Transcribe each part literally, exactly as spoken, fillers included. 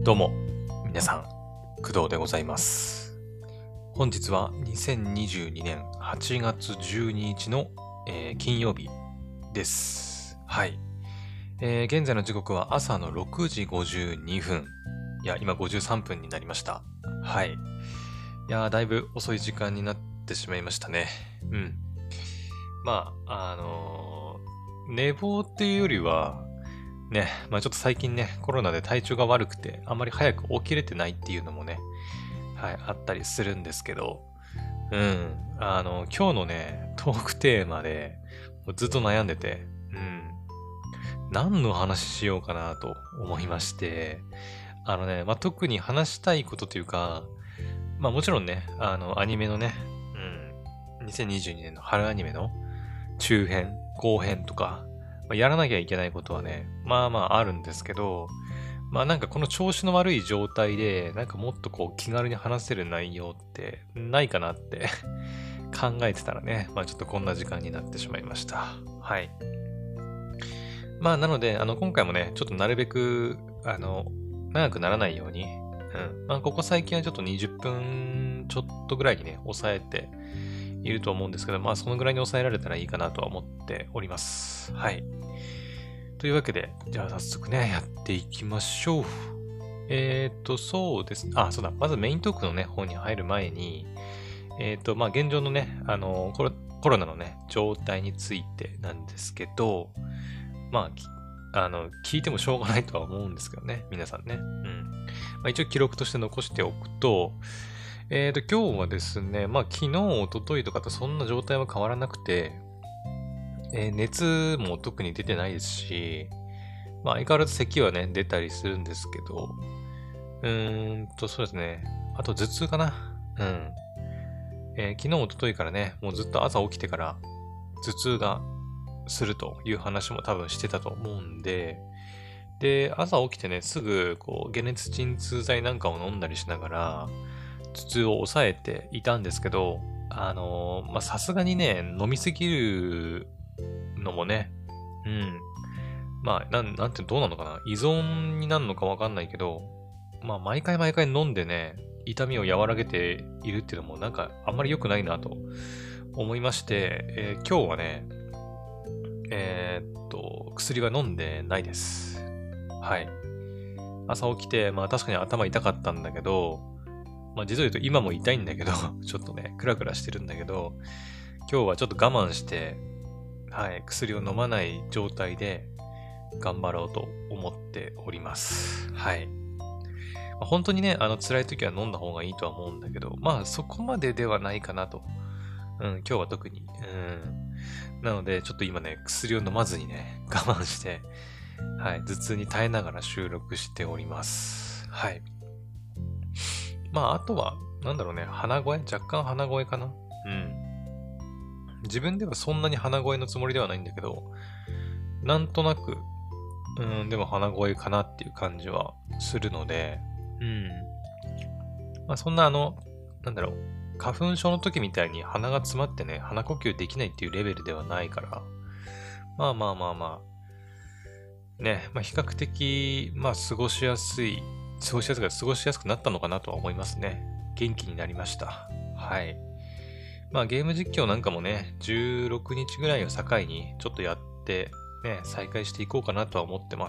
どうも、皆さん、工藤でございます。本日はにせんにじゅうにねんはちがつじゅうににちの、えー金曜日です。はい、えー現在の時刻は朝のろくじごじゅうにふん。いや、今ごじゅうさんぷんになりました。はい。いやー、だいぶ遅い時間になってしまいましたね。うん。まあ、あのー寝坊っていうよりは、ね、まあちょっと最近ね、コロナで体調が悪くて、あんまり早く起きれてないっていうのもね、はい、あったりするんですけど、うん、あの、今日のね、トークテーマで、もうずっと悩んでて、うん、何の話しようかなと思いまして、あのね、まあ特に話したいことというか、まあもちろんね、あの、アニメのね、うん、にせんにじゅうにねんの春アニメの中編、後編とか、まあやらなきゃいけないことはね、まあまああるんですけど、まあなんかこの調子の悪い状態で、なんかもっとこう気軽に話せる内容ってないかなって考えてたらね、まあちょっとこんな時間になってしまいました。はい。まあなので、あの今回もね、ちょっとなるべく、あの、長くならないように、うん。まあここ最近はちょっとにじゅっぷんちょっとぐらいにね、抑えていると思うんですけど、まあそのぐらいに抑えられたらいいかなとは思っております。はい。というわけで、じゃあ早速ね、やっていきましょう。えーと、そうですね。あ、そうだ。まずメイントークのね、方に入る前に、えーと、まあ、現状のね、あのコロ、コロナのね、状態についてなんですけど、まあ、きあの、聞いてもしょうがないとは思うんですけどね、皆さんね。うん。まあ、一応記録として残しておくと、えーと、今日はですね、まあ、昨日、一昨日とかとそんな状態は変わらなくて、えー熱も特に出てないですし、まあ相変わらず咳はね、出たりするんですけど、うーんと、そうですね。あと頭痛かな。うん。えー昨日、一昨日からね、もうずっと朝起きてから頭痛がするという話も多分してたと思うんで、で、朝起きてね、すぐ、こう、解熱鎮痛剤なんかを飲んだりしながら、頭痛を抑えていたんですけど、あのーまあ、さすがにね、飲みすぎるのもね、うん。まあ、なん、なんて、どうなのかな。依存になるのかわかんないけど、まあ、毎回毎回飲んでね、痛みを和らげているっていうのも、なんか、あんまり良くないなと思いまして、えー今日はね、えーっと、薬は飲んでないです。はい。朝起きて、まあ確かに頭痛かったんだけど、まあ実を言うと今も痛いんだけど、ちょっとね、クラクラしてるんだけど、今日はちょっと我慢して、はい、薬を飲まない状態で頑張ろうと思っております。はい。まあ本当にね、あの辛い時は飲んだ方がいいとは思うんだけど、まあそこまでではないかなと。うん、今日は特に。うん。なので、ちょっと今ね、薬を飲まずにね、我慢して、はい、頭痛に耐えながら収録しております。はい。まあ、あとは、なんだろうね、鼻声若干鼻声かな。うん。自分ではそんなに鼻声のつもりではないんだけど、なんとなく、うん、でも鼻声かなっていう感じはするので、うん。まあ、そんなあの、なんだろう、花粉症の時みたいに鼻が詰まってね、鼻呼吸できないっていうレベルではないから、まあまあまあまあ、ね、まあ比較的、まあ過ごしやすい、過ごしやすく、過ごしやすくなったのかなとは思いますね。元気になりました。はい。まあゲーム実況なんかもね、じゅうろくにちぐらいを境にちょっとやって、ね、再開していこうかなとは思ってます。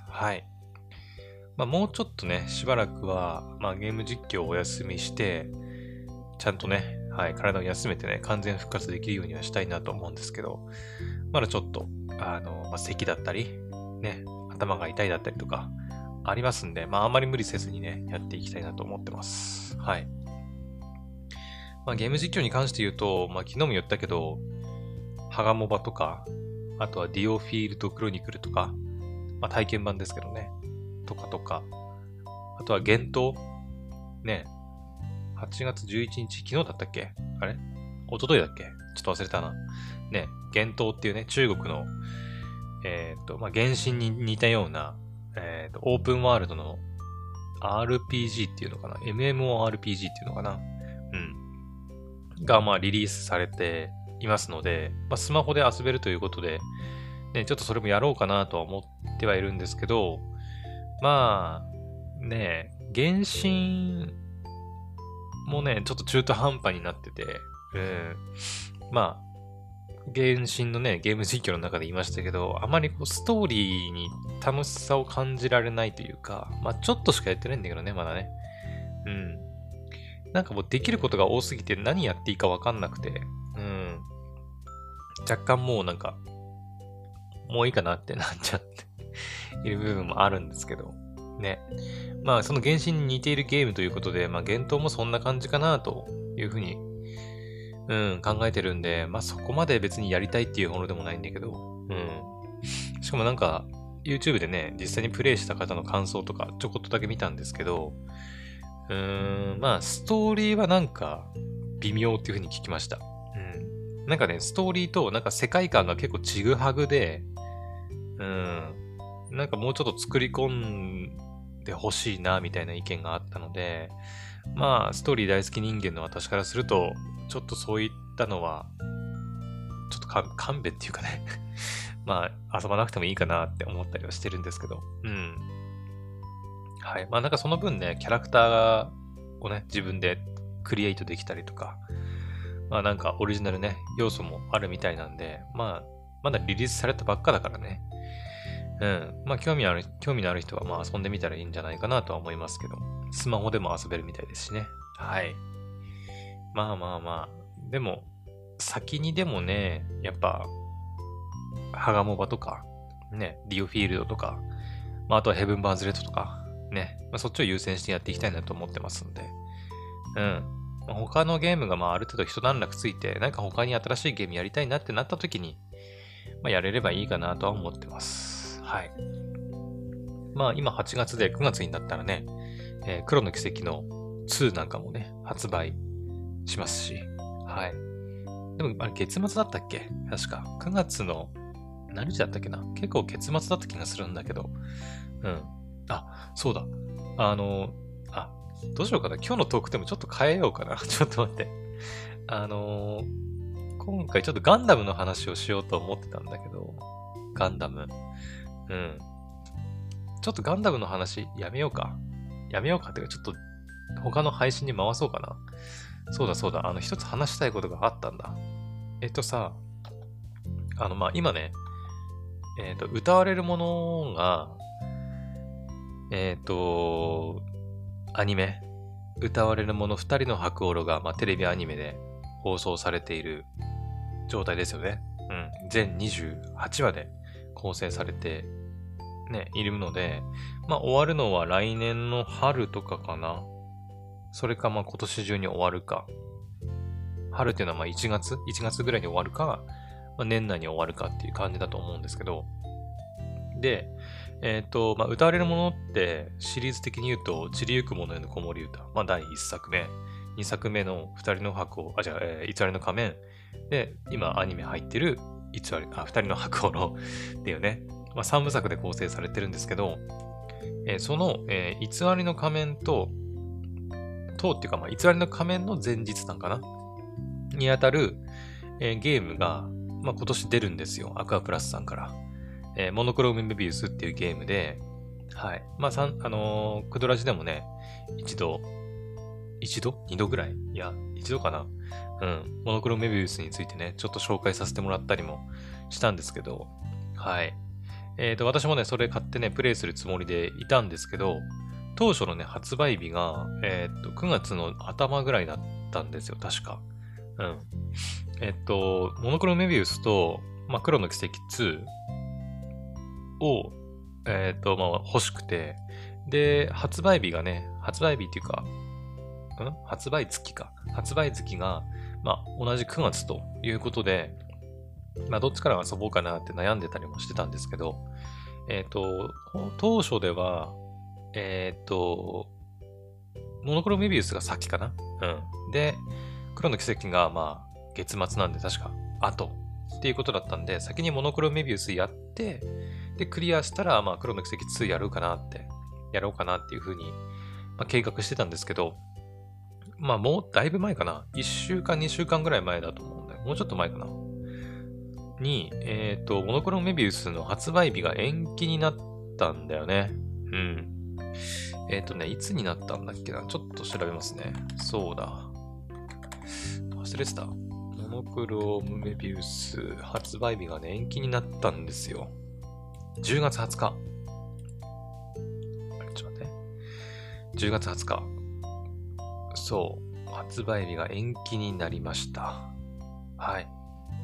はい。まあもうちょっとね、しばらくは、まあゲーム実況をお休みして、ちゃんとね、はい、体を休めてね、完全復活できるようにはしたいなと思うんですけど、まだちょっと、あの、まあ、咳だったり、ね、頭が痛いだったりとか、ありますんで、まああんまり無理せずにね、やっていきたいなと思ってます。はい。まあゲーム実況に関して言うと、まあ昨日も言ったけど、ハガモバとか、あとはディオフィールドクロニクルとか、まあ体験版ですけどね、とかとか、あとは幻冬ね、はちがつじゅういちにち、昨日だったっけあれ一昨日だっけちょっと忘れたな。ね、幻冬っていうね、中国の、えっと、まあ、原神に似たような、えっと、オープンワールドの アールピージー っていうのかな エムエムオーアールピージー っていうのかなうん。が、まあ、リリースされていますので、まあ、スマホで遊べるということで、ね、ちょっとそれもやろうかなとは思ってはいるんですけど、まあ、 ねえ、原神もね、ちょっと中途半端になってて、うん。まあ、原神のね、ゲーム実況の中で言いましたけど、あまりこうストーリーに楽しさを感じられないというか、まあちょっとしかやってないんだけどね、まだね。うん。なんかもうできることが多すぎて何やっていいかわかんなくて、うん。若干もうなんか、もういいかなってなっちゃっている部分もあるんですけど、ね。まあその原神に似ているゲームということで、まあ幻冬もそんな感じかなというふうに、うん、考えてるんで、まあそこまで別にやりたいっていうものでもないんだけど、うん。しかもなんか、YouTube でね、実際にプレイした方の感想とかちょこっとだけ見たんですけど、うーん、まあストーリーはなんか微妙っていうふうに聞きました。うん。なんかね、ストーリーとなんか世界観が結構ちぐはぐで、うん。なんかもうちょっと作り込んでほしいな、みたいな意見があったので、まあ、ストーリー大好き人間の私からすると、ちょっとそういったのは、ちょっとか勘弁っていうかねまあ、遊ばなくてもいいかなって思ったりはしてるんですけど、うん。はい。まあなんかその分ね、キャラクターをね、自分でクリエイトできたりとか、まあなんかオリジナルね、要素もあるみたいなんで、まあ、まだリリースされたばっかだからね、うん。まあ、興味ある、興味のある人は、まあ、遊んでみたらいいんじゃないかなとは思いますけど。スマホでも遊べるみたいですしね。はい。まあまあまあ。でも、先にでもね、やっぱ、ハガモバとか、ね、リオフィールドとか、まあ、あとはヘブンバーズレッドとか、ね、まあ、そっちを優先してやっていきたいなと思ってますんで。うん。まあ他のゲームが、まあ、ある程度一段落ついて、なんか他に新しいゲームやりたいなってなった時に、まあ、やれればいいかなとは思ってます。はい。まあ今はちがつでくがつになったらね、えー黒の奇跡のになんかもね、発売しますし。はい。でも、あれ月末だったっけ確か。くがつの何日だったっけな結構月末だった気がするんだけど。うん。あ、そうだ。あの、あ、どうしようかな。今日のトークでもちょっと変えようかな。ちょっと待って。あのー今回ちょっとガンダムの話をしようと思ってたんだけど、ガンダム。うん。ちょっとガンダムの話やめようか。やめようかっていうか、ちょっと他の配信に回そうかな。そうだそうだ、あの一つ話したいことがあったんだ。えっとさ、あのまあ今ね、えっと、歌われるものが、えっと、アニメ、歌われるもの二人の白オロが、まあ、テレビアニメで放送されている状態ですよね。うん。全にじゅうはちわで構成されてね、いるので、まあ終わるのは来年の春とかかな。それかまあ今年中に終わるか。春っていうのはまあいちがつ ?いち 月ぐらいに終わるか、まあ、年内に終わるかっていう感じだと思うんですけど。で、えっ、と、まあ歌われるものってシリーズ的に言うと、散りゆくものへの子守歌。まあだいいっさくめ。にさくめの二人の箱、あ、じゃあ、えー偽りの仮面。で、今アニメ入ってる偽り、あ、二人の箱のっていうね、まあさんぶさくで構成されてるんですけど、えーその、えー偽りの仮面と、とっていうか、まあ、偽りの仮面の前日なんかなにあたる、えーゲームが、まあ、今年出るんですよ。アクアプラスさんから。えーモノクロームメビウスっていうゲームで、はい。まあ、さん、あのークドラジでもね、一度、一度二度ぐらいいや、一度かなうん。モノクロメビウスについてね、ちょっと紹介させてもらったりもしたんですけど、はい。えっと、私もね、それ買ってね、プレイするつもりでいたんですけど、当初のね、発売日が、えっと、くがつの頭ぐらいだったんですよ、確か。うん。えっと、モノクロメビウスと、まあ、黒の奇跡にを、えっと、まあ、欲しくて、で、発売日がね、発売日っていうか、ん発売月か。発売月が、まあ、同じくがつということで、まあ、どっちから遊ぼうかなって悩んでたりもしてたんですけど、えっと、当初では、えっと、モノクロメビウスが先かなうん。で、黒の奇跡が、まあ、月末なんで確か、後っていうことだったんで、先にモノクロメビウスやって、で、クリアしたら、まあ、黒の奇跡にやるかなって、やろうかなっていうふうに、まあ、計画してたんですけど、まあ、もうだいぶ前かな。いっしゅうかん、にしゅうかんぐらい前だと思うんで、もうちょっと前かな。に、えっと、モノクロメビウスの発売日が延期になったんだよね。うん。 えっとね、いつになったんだっけな。ちょっと調べますね。そうだ。忘れてた。モノクロームメビウス発売日がね、延期になったんですよ。じゅうがつはつか。あれ、ちょっと待って。じゅうがつはつか。そう。発売日が延期になりました。はい。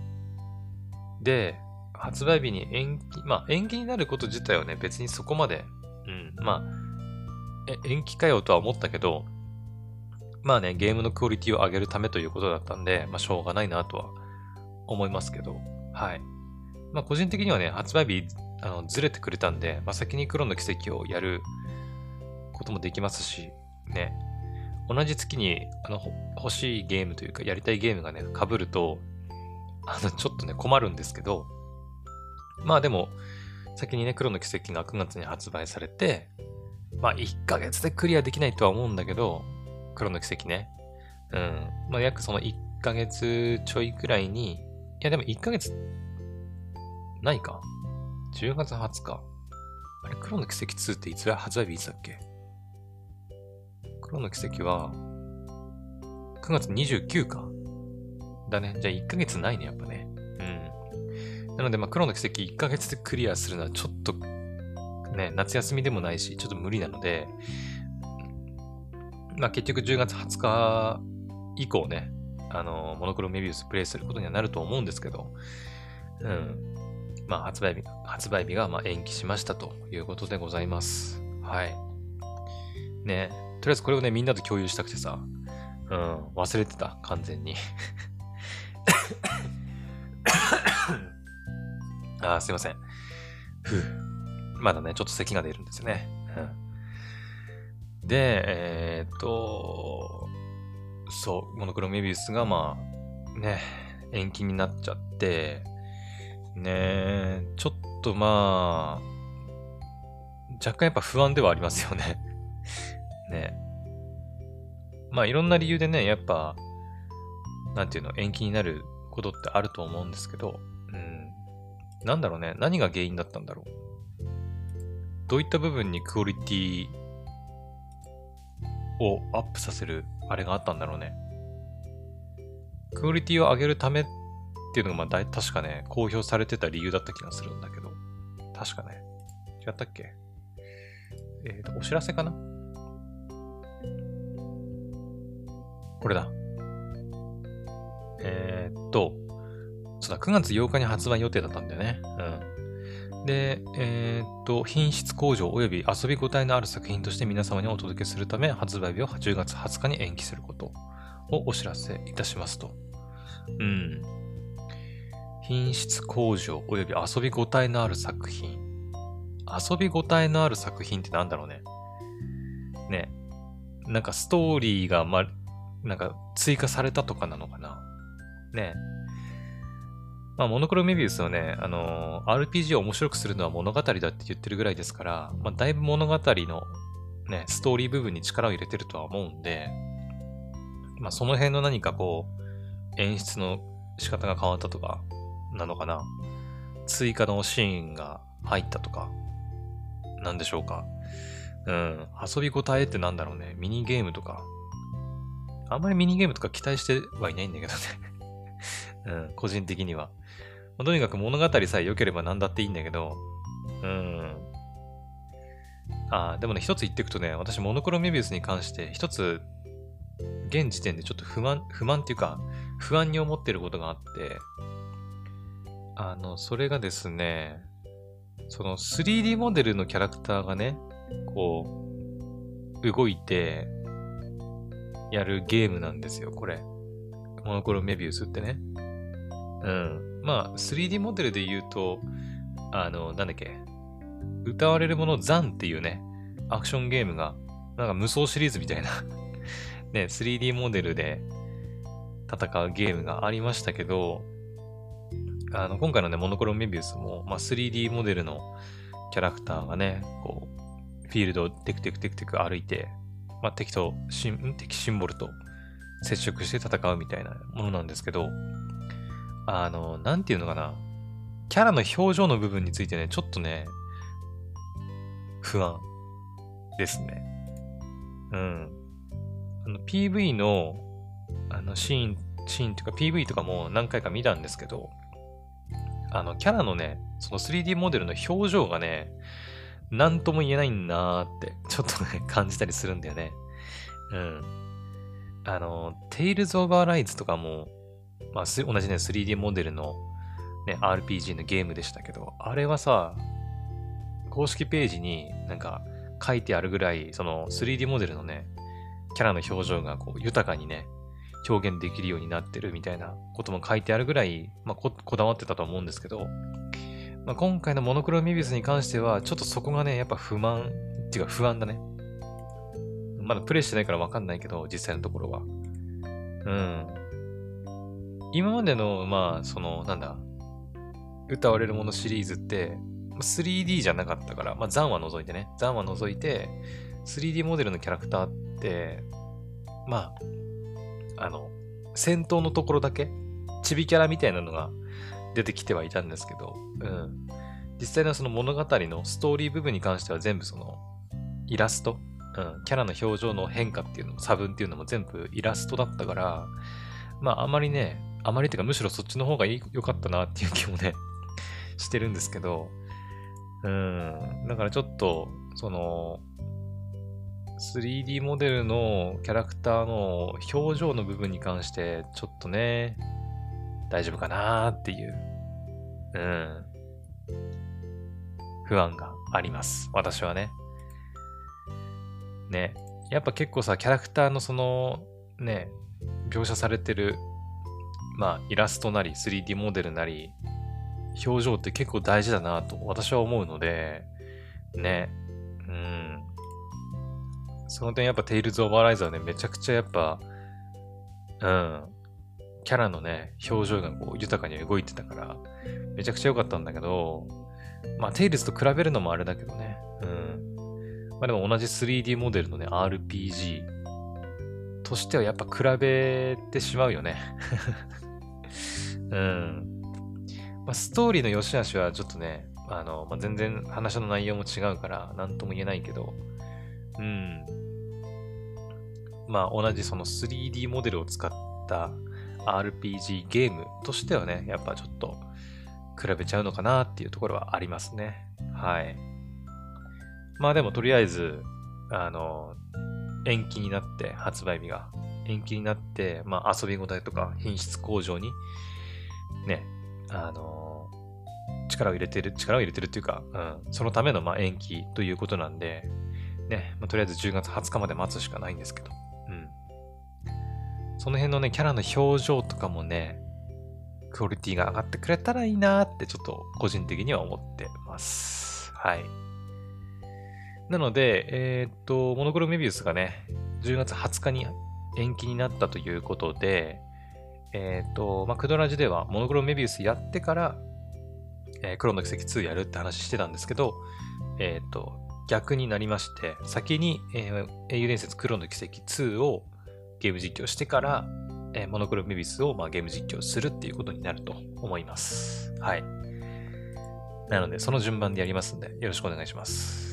で、発売日に延期、まあ延期になること自体はね、別にそこまで、うん、まあ、え、延期かよとは思ったけど、まあね、ゲームのクオリティを上げるためということだったんで、まあしょうがないなとは思いますけど、はい。まあ個人的にはね、発売日、あの、ずれてくれたんで、まあ先に黒の奇跡をやることもできますし、ね、同じ月に、あの、欲しいゲームというか、やりたいゲームがね、被ると、あの、ちょっとね、困るんですけど、まあでも、先にね、黒の奇跡がくがつに発売されて、まあいっかげつでクリアできないとは思うんだけど、黒の奇跡ね。うん。まあ約そのいっかげつちょいくらいに、いやでもいっかげつ、ないか。じゅうがつはつか。あれ、黒の奇跡ツーっていつ発売日いつだっけ？黒の奇跡は、くがつにじゅうくにちか。だね。じゃあいっかげつないね、やっぱね。うん。なので、まあ、黒の奇跡いっかげつでクリアするのはちょっと、ね、夏休みでもないし、ちょっと無理なので、まあ、結局じゅうがつはつか以降ね、あの、モノクロメビウスプレイすることにはなると思うんですけど、うん。まあ、発売日、発売日がまあ延期しましたということでございます。はい。ね。とりあえずこれをね、みんなと共有したくてさ、うん、忘れてた、完全に。あー、すいません。ふう。まだね、ちょっと咳が出るんですよね。うん、で、えー、っと、そう、モノクロメビウスがまあ、ね、延期になっちゃって、ね、ちょっとまあ、若干やっぱ不安ではありますよね。ね。まあいろんな理由でね、やっぱ、なんていうの、延期になることってあると思うんですけど、うん。なんだろうね。何が原因だったんだろう。どういった部分にクオリティをアップさせるあれがあったんだろうね。クオリティを上げるためっていうのが、まあ、だい確かね、公表されてた理由だった気がするんだけど。確かね。違ったっけ？えっと、お知らせかな？これだ。えー、っと、そうだ、くがつようかに発売予定だったんだよね。うん。で、えー、っと、品質向上及び遊び応えのある作品として皆様にお届けするため、発売日をじゅうがつはつかに延期することをお知らせいたしますと。うん。品質向上及び遊び応えのある作品。遊び応えのある作品ってなんだろうね。ね。なんかストーリーが、ま、なんか追加されたとかなのかな。ね。まあ、モノクロメビウスはね、あのー、アールピージー を面白くするのは物語だって言ってるぐらいですから、まあ、だいぶ物語のね、ストーリー部分に力を入れてるとは思うんで、まあ、その辺の何かこう、演出の仕方が変わったとか、なのかな。追加のシーンが入ったとか、なんでしょうか。うん、遊び応えってなんだろうね。ミニゲームとか。あんまりミニゲームとか期待してはいないんだけどね。うん、個人的には。まあ、とにかく物語さえ良ければ何だっていいんだけど、うん。ああ、でもね、一つ言っていくとね、私、モノクロメビウスに関して、一つ、現時点でちょっと不満、不満っていうか、不安に思ってることがあって、あの、それがですね、その スリーディー モデルのキャラクターがね、こう、動いて、やるゲームなんですよ、これ。モノクロメビウスってね。うん。まあ、スリーディー モデルで言うと、あの、なんだっけ。歌われるものザンっていうね、アクションゲームが、なんか無双シリーズみたいなね、スリーディー モデルで戦うゲームがありましたけど、あの、今回のね、モノクロメビウスも、まあ、スリーディー モデルのキャラクターがね、こう、フィールドをテクテクテクテク歩いて、まあ、敵とシン、敵シンボルと接触して戦うみたいなものなんですけど、あの、なんていうのかな。キャラの表情の部分についてね、ちょっとね、不安ですね。 うん。あの ピーブイ の、あの、シーン、シーンというか ピーブイ とかも何回か見たんですけど、あの、キャラのね、その スリーディー モデルの表情がね、なんとも言えないんだなーって、ちょっとね、感じたりするんだよね。うん。あの、Tales of Arise とかも、まあ、す同じね、スリーディー モデルのね、アールピージー のゲームでしたけど、あれはさ、公式ページになんか書いてあるぐらい、その スリーディー モデルのね、キャラの表情がこう豊かにね、表現できるようになってるみたいなことも書いてあるぐらい、まあ、こ、こだわってたと思うんですけど、まあ、今回のモノクロメビウスに関しては、ちょっとそこがね、やっぱ不満、っていうか不安だね。まだプレイしてないからわかんないけど、実際のところは。うん。今までの、まあ、その、なんだ、歌われるものシリーズって、スリーディー じゃなかったから、まあ、ザンは除いてね、ザンは除いて、スリーディー モデルのキャラクターって、まあ、あの、戦闘のところだけ、チビキャラみたいなのが出てきてはいたんですけど、うん。実際のその物語のストーリー部分に関しては全部その、イラスト、うん、キャラの表情の変化っていうのも、差分っていうのも全部イラストだったから、まあ、あまりね、あまりっていうかむしろそっちの方がいい良かったなっていう気もね、してるんですけど、うん。だからちょっと、その、スリーディー モデルのキャラクターの表情の部分に関して、ちょっとね、大丈夫かなーっていう、うん、不安があります。私はね。ね。やっぱ結構さ、キャラクターのその、ね、描写されてる、まあ、イラストなり、スリーディー モデルなり、表情って結構大事だなと私は思うので、ね。うん。その点やっぱ Tales of Arise はね、めちゃくちゃやっぱ、うん。キャラのね、表情がこう豊かに動いてたから、めちゃくちゃ良かったんだけど、まあ、Tales と比べるのもあれだけどね。うん。まあでも同じ スリーディー モデルのね、アールピージー としてはやっぱ比べてしまうよね。うん。まあ、ストーリーの良し悪しはちょっとね、あの、まあ、全然話の内容も違うから、なんとも言えないけど、うん。まあ、同じその スリーディー モデルを使った アールピージー ゲームとしてはね、やっぱちょっと比べちゃうのかなっていうところはありますね。はい。まあでもとりあえず、あの、延期になって、発売日が延期になって、まあ遊び応えとか品質向上に、ね、あの、力を入れてる、力を入れてるっていうか、うん、そのためのまあ延期ということなんで、ね、まあ、とりあえずじゅうがつはつかまで待つしかないんですけど、うん。その辺のね、キャラの表情とかもね、クオリティが上がってくれたらいいなーってちょっと個人的には思ってます。はい。なので、えーっと、モノクロメビウスがね、じゅうがつはつかに延期になったということで、えーっと、まあ、クドラジではモノクロメビウスやってから、えー、黒の奇跡ツーやるって話してたんですけど、えーっと、逆になりまして、先に、えー、英雄伝説黒の奇跡ツーをゲーム実況してから、えーモノクロメビウスを、まあ、ゲーム実況するっていうことになると思います。はい。なので、その順番でやりますんで、よろしくお願いします。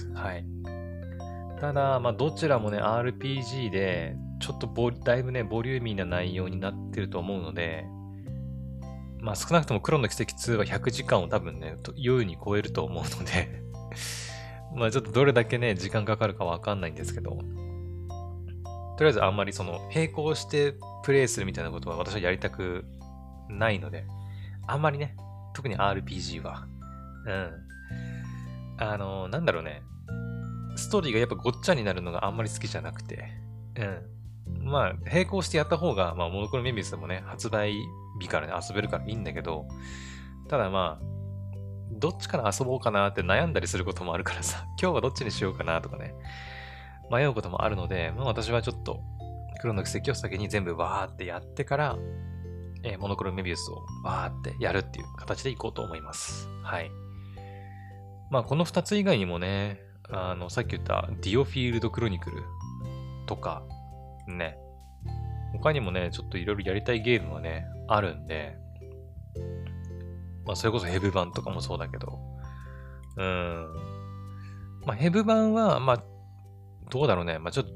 はい。ただ、まあ、どちらもね、アールピージー で、ちょっとボだいぶね、ボリューミーな内容になってると思うので、まあ、少なくとも黒の奇跡ツーはひゃくじかんを多分ね、優に超えると思うのでまあ、ちょっとどれだけね、時間かかるかわかんないんですけど、とりあえずあんまりその、並行してプレイするみたいなことは私はやりたくないので、あんまりね、特に アールピージー は、うん。あの、なんだろうね、ストーリーがやっぱごっちゃになるのがあんまり好きじゃなくて、うん。まあ、並行してやった方が、まあ、モノクロメビウスでもね、発売日からね、遊べるからいいんだけど、ただまあ、どっちから遊ぼうかなって悩んだりすることもあるからさ、今日はどっちにしようかなとかね、迷うこともあるので、まあ私はちょっと、黒の奇跡を先に全部わーってやってから、えーモノクロメビウスをわーってやるっていう形でいこうと思います。はい。まあこのふたつ以外にもね、あの、さっき言ったディオフィールドクロニクルとか、ね、他にもね、ちょっといろいろやりたいゲームはね、あるんで、まあそれこそヘブ版とかもそうだけど、うーん。まあヘブ版は、まあ、どうだろうね。まあちょっと、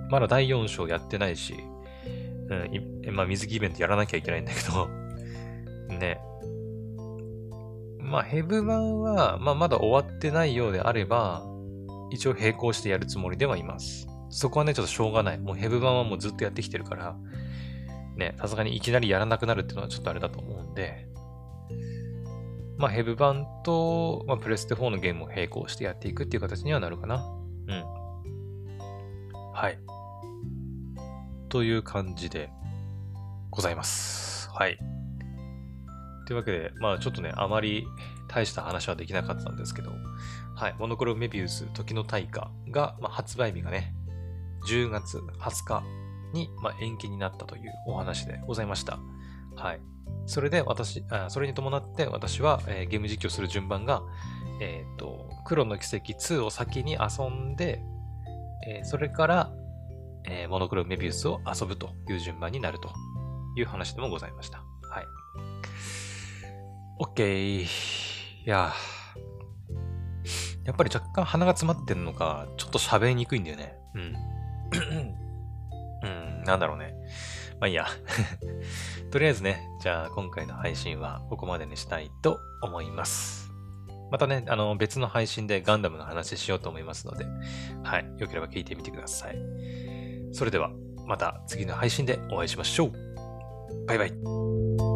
まだだいよん章やってないし、うん、いまあ水着イベントやらなきゃいけないんだけど、ね。まあヘブ版は、まあまだ終わってないようであれば、一応並行してやるつもりではいます。そこはね、ちょっとしょうがない。もうヘブ版はもうずっとやってきてるから、ね、さすがにいきなりやらなくなるっていうのはちょっとあれだと思うんで、まあヘブ版と、まあ、プレステフォーのゲームを並行してやっていくっていう形にはなるかな。うん。はい。という感じでございます。はい。というわけで、まあちょっとね、あまり大した話はできなかったんですけど、はい。モノクロメビウス時の大火が、まあ、発売日がね、じゅうがつはつかに、まあ、延期になったというお話でございました。はい。それで私、あそれに伴って私は、えーゲーム実況する順番が、えっと、黒の奇跡ツーを先に遊んで、えーそれから、えーモノクロメビウスを遊ぶという順番になるという話でもございました。はい。OK。いやー、やっぱり若干鼻が詰まってんのか、ちょっと喋りにくいんだよね。うん。うん、なんだろうね。まあいいや。とりあえずね、じゃあ今回の配信はここまでにしたいと思います。またね、あの別の配信でガンダムの話しようと思いますので、はい。よければ聞いてみてください。それでは、また次の配信でお会いしましょう。バイバイ。